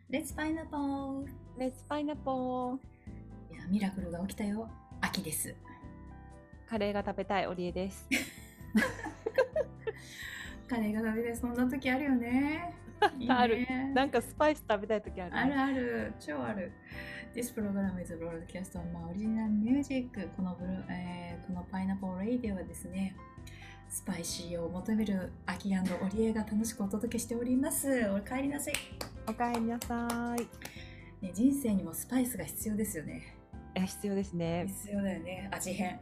レッツパイナポー。 レッツパイナポー。 いや、ミラクルが起きたよ。秋です。 カレーが食べたいオリエです。 カレーが食べたい、そんな時あるよね。いいある。 ね。 なんかスパイス食べたい時あるあるね。 ある、超ある。This program is a broadcast on my original music. このパイナポーレイディオはですね、スパイシーを求めるアキ&オリエが楽しくお届けしております。お帰りなさい。 おかえりなさい。 ね、人生にもスパイスが必要ですよね。 必要ですね。 必要だよね。味変。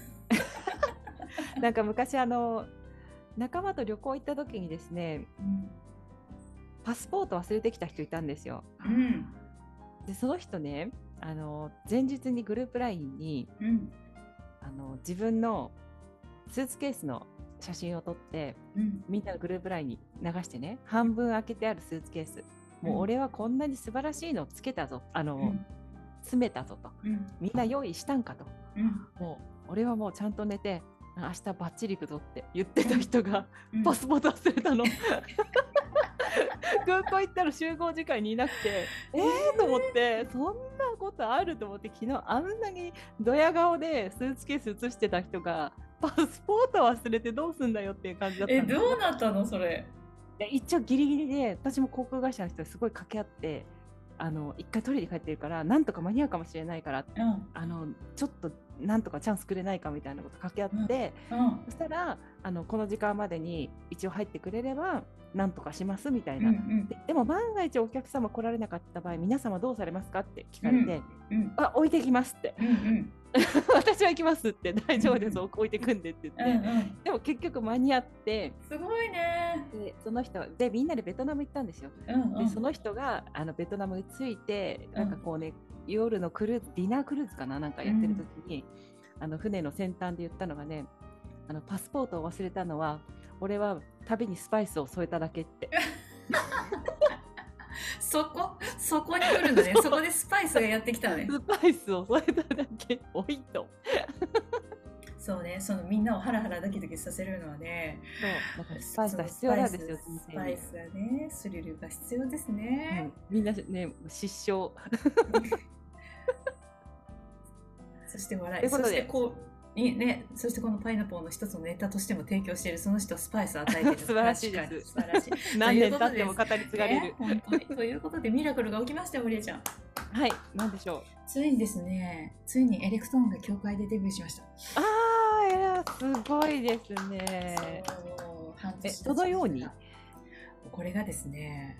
なんか昔仲間と旅行行った時にですね、パスポート忘れてきた人いたんですよ。 うん。 で、その人ね、前日にグループ LINE に、 うん。 自分のスーツケースの写真を撮って、みんなのグループ LINE に流してね、半分開けてあるスーツケース。もう俺はこんなに素晴らしいのをつけたぞ。詰めたぞと、みんな用意したんかと、もう俺はもうちゃんと寝て明日バッチリ行くぞって言ってた人が、パスポート忘れたの。空港行ったら集合時間にいなくて、と思って、そんなことあると思って、昨日あんなにドヤ顔でスーツケース写してた人がパスポート忘れてどうすんだよっていう感じだったんですよ。 どうなったのそれ。 一応ギリギリで、私も航空会社の人すごい掛け合って、一回取りに帰ってるからなんとか間に合うかもしれないから、ちょっとなんとかチャンスくれないかみたいなこと掛け合って、そしたらこの時間までに一応入ってくれればなんとかしますみたいな、でも万が一お客様来られなかった場合皆様どうされますかって聞かれて、置いてきますって、私は行きますって、大丈夫です、置いてくんでって言って、でも結局間に合って、 すごいね。 でその人でみんなでベトナム行ったんですよ。でその人がベトナムに着いて、なんかこうね、夜のディナークルーズかな、なんかやってる時に、船の先端で言ったのがね、パスポートを忘れたのは俺は旅にスパイスを添えただけって。 そこに来るんだね。そこでスパイスがやってきたね。 スパイスを添えただけ、おいと。 そうね、そのみんなをハラハラドキドキさせるのはね、 そう、だからスパイスが必要なんですよ。 スパイスがね、スリルが必要ですね。 みんなね、失笑。 そして笑い。そしてそしてこのパイナポーの一つのネタとしても提供しているその人はスパイスを与えている。 素晴らしいです。 素晴らしい。 何年経っても語り継がれる。 本当に。ということでミラクルが起きましたよ、森江ちゃん。 はい、なんでしょう。 ついにですね、エレクトーンが教会でデビューしました。 いや、すごいですね。そのように。 これがですね、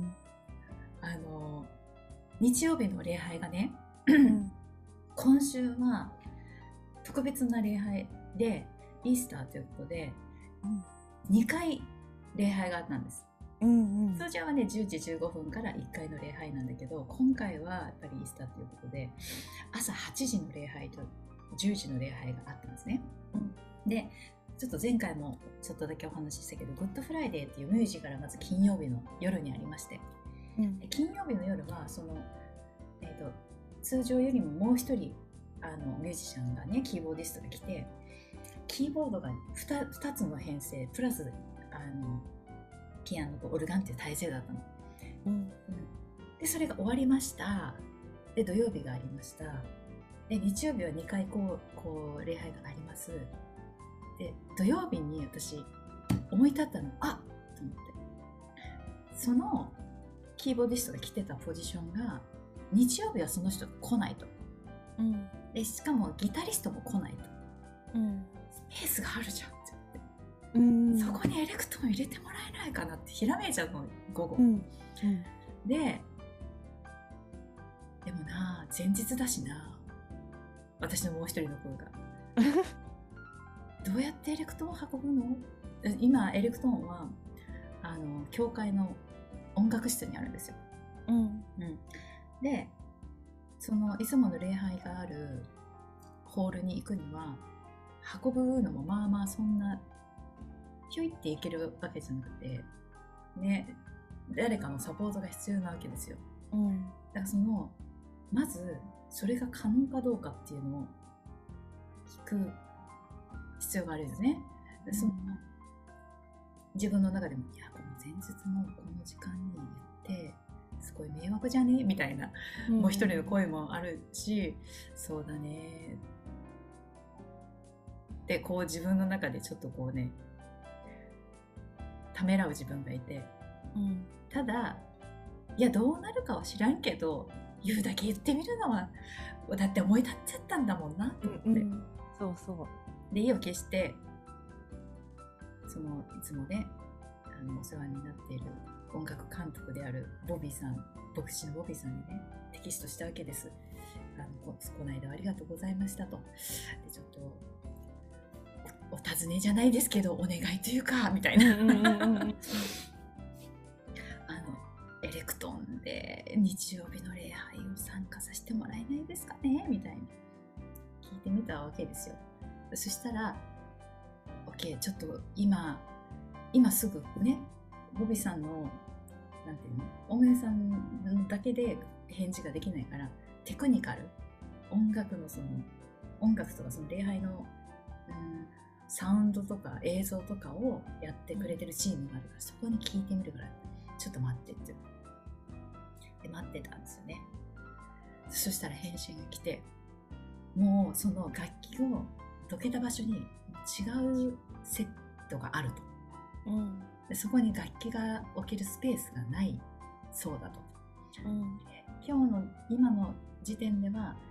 日曜日の礼拝がね、今週は特別な礼拝でイースターということで、2回礼拝があったんです。通常はね10時15分から1回の礼拝なんだけど、今回はやっぱりイースターということで朝8時の礼拝と10時の礼拝があったんですね。でちょっと前回もちょっとだけお話ししたけど、グッドフライデーっていうミュージカルがまず金曜日の夜にありまして、金曜日の夜はその、通常よりももう一人ミュージシャンがね、キーボーディストが来て、キーボードが 2つの編成プラスピアノとオルガンっていう体制だったの。でそれが終わりました。で土曜日がありました。で日曜日は2回こう礼拝があります。で土曜日に私思い立ったの、と思って、そのキーボーディストが来てたポジションが日曜日はその人が来ないと、でしかもギタリストも来ないと、スペースがあるじゃんって言って、そこにエレクトーン入れてもらえないかなってひらめいちゃうの、午後、でもな、前日だしな、私のもう一人の声がどうやってエレクトーンを運ぶの？今エレクトーンは教会の音楽室にあるんですよ。でそのいつもの礼拝があるホールに行くには運ぶのもまあまあそんなひょいっていけるわけじゃなくてね、誰かのサポートが必要なわけですよ。だからまずそれが可能かどうかっていうのを聞く必要があるよね。自分の中でも、いやこの前日のこの時間に言ってすごい迷惑じゃねみたいな、もう一人の声もあるし、そうだねでこう自分の中でちょっとこうねためらう自分がいて、ただいやどうなるかは知らんけど言うだけ言ってみるのはだって思い立っちゃったんだもんなと思って、 そうそうで意を決してそのいつもねお世話になっている音楽監督であるボビーさん、牧師のボビーさんにねテキストしたわけです。この間はありがとうございましたと。でちょっとお尋ねじゃないですけどお願いというかみたいなエレクトンで日曜日の礼拝を参加させてもらえないですかねみたいに聞いてみたわけですよ。そしたら OK ちょっと今すぐねボビーさんのなんていうの音源さんだけで返事ができないからテクニカル音楽のその音楽とかその礼拝のサウンドとか映像とかをやってくれてるチームがあるからそこに聞いてみるからちょっと待ってってで待ってたんですよね。そしたら返信が来てもうその楽器をどけた場所に違うセットがあると、でそこに楽器が置けるスペースがないそうだと、今の時点では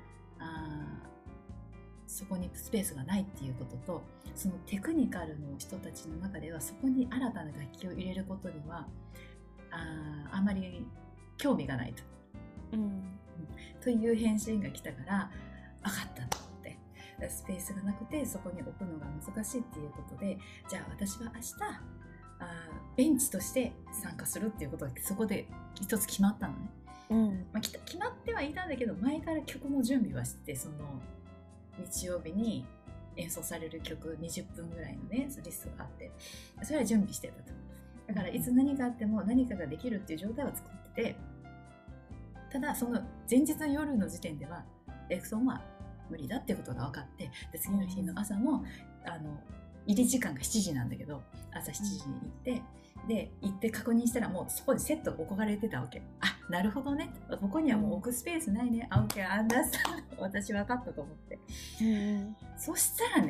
そこにスペースがないっていうこととそのテクニカルの人たちの中ではそこに新たな楽器を入れることにはあまり興味がないと、という返信が来たから分かったと思ってスペースがなくてそこに置くのが難しいっていうことでじゃあ私は明日ベンチとして参加するっていうことがそこで一つ決まったのね、決まってはいたんだけど前から曲の準備はしてその日曜日に演奏される曲20分ぐらいのねリストがあってそれは準備してたと。だからいつ何があっても何かができるっていう状態は作っててただその前日の夜の時点ではエレクトーンは無理だっていうことが分かってで次の日の朝の入り時間が7時なんだけど朝7時に行ってで行って確認したらもうそこにセットが置かれてたわけ。なるほどねここにはもう置くスペースないねOK アンダースタンド私分かったと思って、そした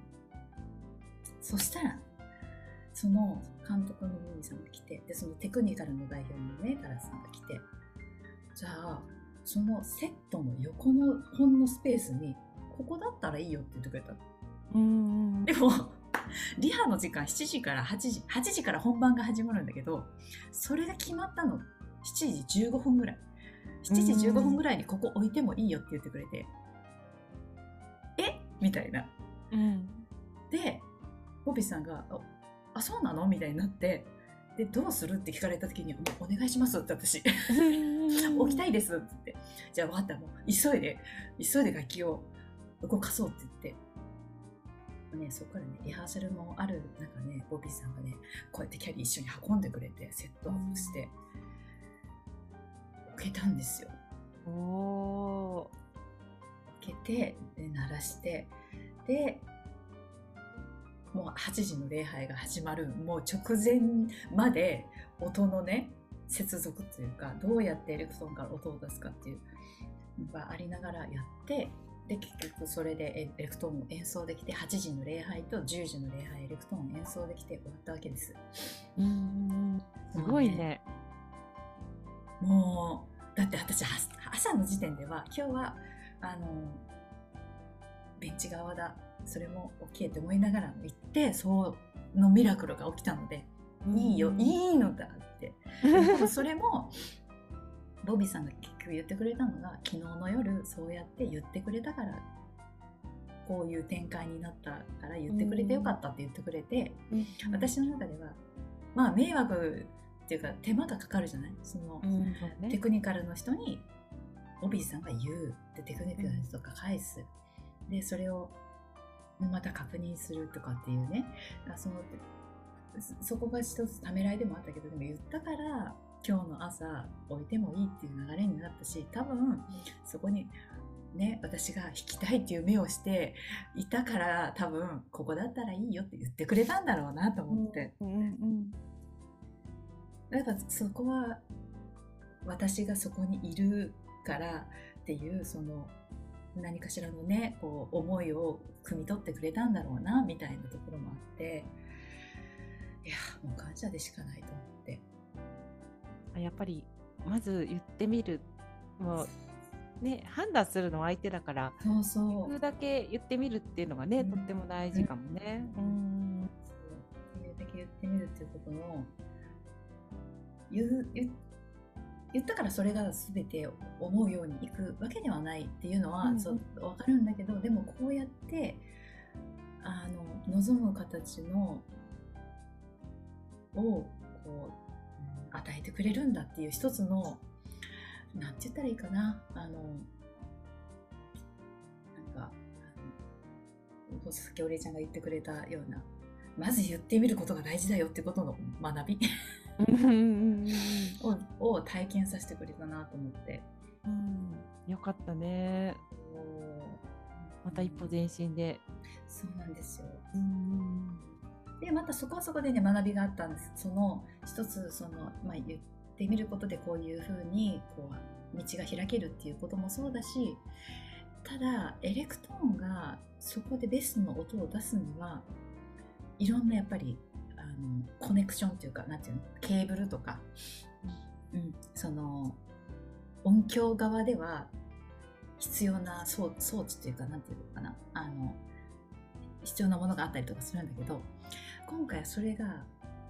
らその監督のボビーさんが来てでそのテクニカルの代表のねタラスさんが来てじゃあそのセットの横のほんのスペースにここだったらいいよって言ってくれた。でもリハの時間7時から8時から本番が始まるんだけどそれが決まったの7時15分ぐらい7時15分ぐらいにここ置いてもいいよって言ってくれてみたいな、でボビーさんがそうなのみたいになってでどうするって聞かれた時にお願いしますって私置きたいですって言ってじゃあ分かったもう急いで楽器を動かそうって言ってそこからねリハーサルもある中ねボビーさんがねこうやってキャリー一緒に運んでくれてセットアップして置けたんですよ。置けてで鳴らしてでもう8時の礼拝が始まるもう直前まで音のね接続というかどうやってエレクトーンから音を出すかっていうのがありながらやってで結局それでエレクトーンを演奏できて8時の礼拝と10時の礼拝エレクトーンを演奏できて終わったわけです。 すごいね。 もうだって私朝の時点では今日はベンチ側だそれも OK って思いながら行ってそのミラクルが起きたのでいいよいいのだってそれもボビーさんが結局言ってくれたのが昨日の夜そうやって言ってくれたからこういう展開になったから言ってくれてよかったって言ってくれて、私の中ではまあ迷惑っていうか手間がかかるじゃないその、テクニカルの人にボビーさんが言うでテクニカルの人が返すでそれをまた確認するとかっていうねそこが一つためらいでもあったけどでも言ったから今日の朝置いてもいいっていう流れになったし多分そこにね私が弾きたいっていう目をしていたから多分ここだったらいいよって言ってくれたんだろうなと思って、だからそこは私がそこにいるからっていうその何かしらのねこう思いを汲み取ってくれたんだろうなみたいなところもあって、いやもう感謝でしかないと思って。 やっぱりまず言ってみる、もうね、判断するのは相手だから、 そうそう、 言うだけ言ってみるっていうのがね、とっても大事かもね。 そう言うだけ言ってみるっていうことの言ったからそれが全て思うようにいくわけではないっていうのは、そう分かるんだけど、でもこうやって望む形のをこう与えてくれるんだっていう一つの、なんて言ったらいいかな、なんかさっきお礼ちゃんが言ってくれたような、まず言ってみることが大事だよってことの学びを体験させてくれたなと思って、 よかったね。また一歩前進で。 そうなんですよ。でまたそこはそこでね学びがあったんです。その一つ言ってみることでこういうふうにこう道が開けるっていうこともそうだし、ただエレクトーンがそこでベストの音を出すにはいろんなやっぱりコネクションというか、なんていうの、ケーブルとか、その音響側では必要な装置というか、なんていうのかな、必要なものがあったりとかするんだけど、今回はそれが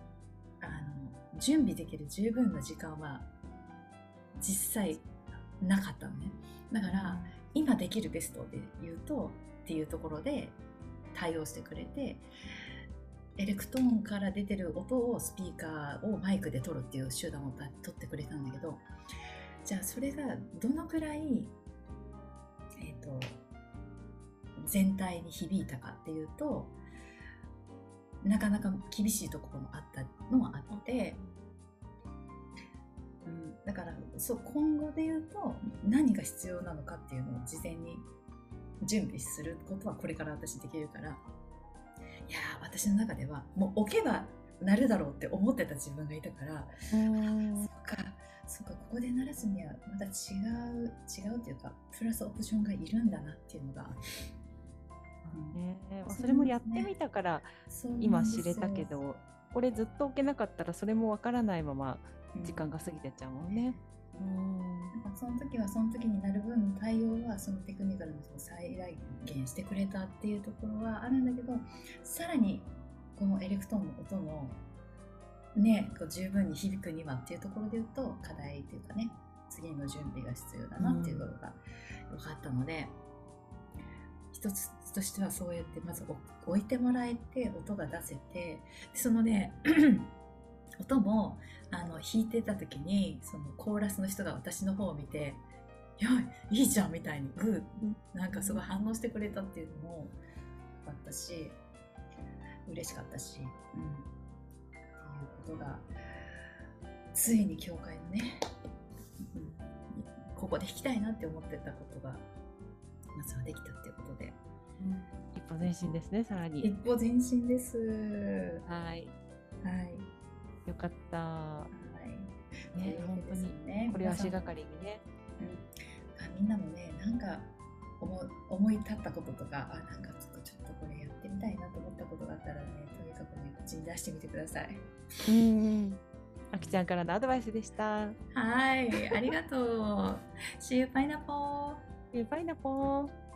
準備できる十分な時間は実際なかったのね。だから今できるベストで言うとっていうところで対応してくれて、エレクトーンから出てる音をスピーカーをマイクで撮るっていう手段を取ってくれたんだけど、じゃあそれがどのくらい、全体に響いたかっていうと、なかなか厳しいところもあったのはあって、だから今後で言うと何が必要なのかっていうのを事前に準備することはこれから私できるから、いや私の中ではもう置けばなるだろうって思ってた自分がいたから、そっかここで鳴らすにはまた違うというかプラスオプションがいるんだなっていうのが、 それもやってみたから今知れたけど、これずっと置けなかったらそれもわからないまま時間が過ぎてっちゃうもんね。 なんかその時はその時になる分の対応はそのテクニカルの最大限してくれたっていうところはあるんだけど、さらにこのエレクトーンの音のねこう十分に響くにはっていうところで言うと課題っていうかね、次の準備が必要だなっていうことが分かったので、一つとしてはそうやってまず置いてもらえて音が出せて、そのね音も弾いてた時にそのコーラスの人が私の方を見ていいじゃんみたいになんかすごい反応してくれたっていうのもあったし、嬉しかったし、っていうことがついに教会のね、ここで弾きたいなって思ってたことがまずはできたっていうことで、 一歩前進ですね。さらに一歩前進です。 はいよかった。本当にね、これは足がかりにね、 みんなもねなんか思い立ったこととか、なんかちょっとこれやってみたいなと思ったことがあったらね、とにかくね口に出してみてください。 あきちゃんからのアドバイスでした。 はい、ありがとう。See you pineapple. See you pineapple.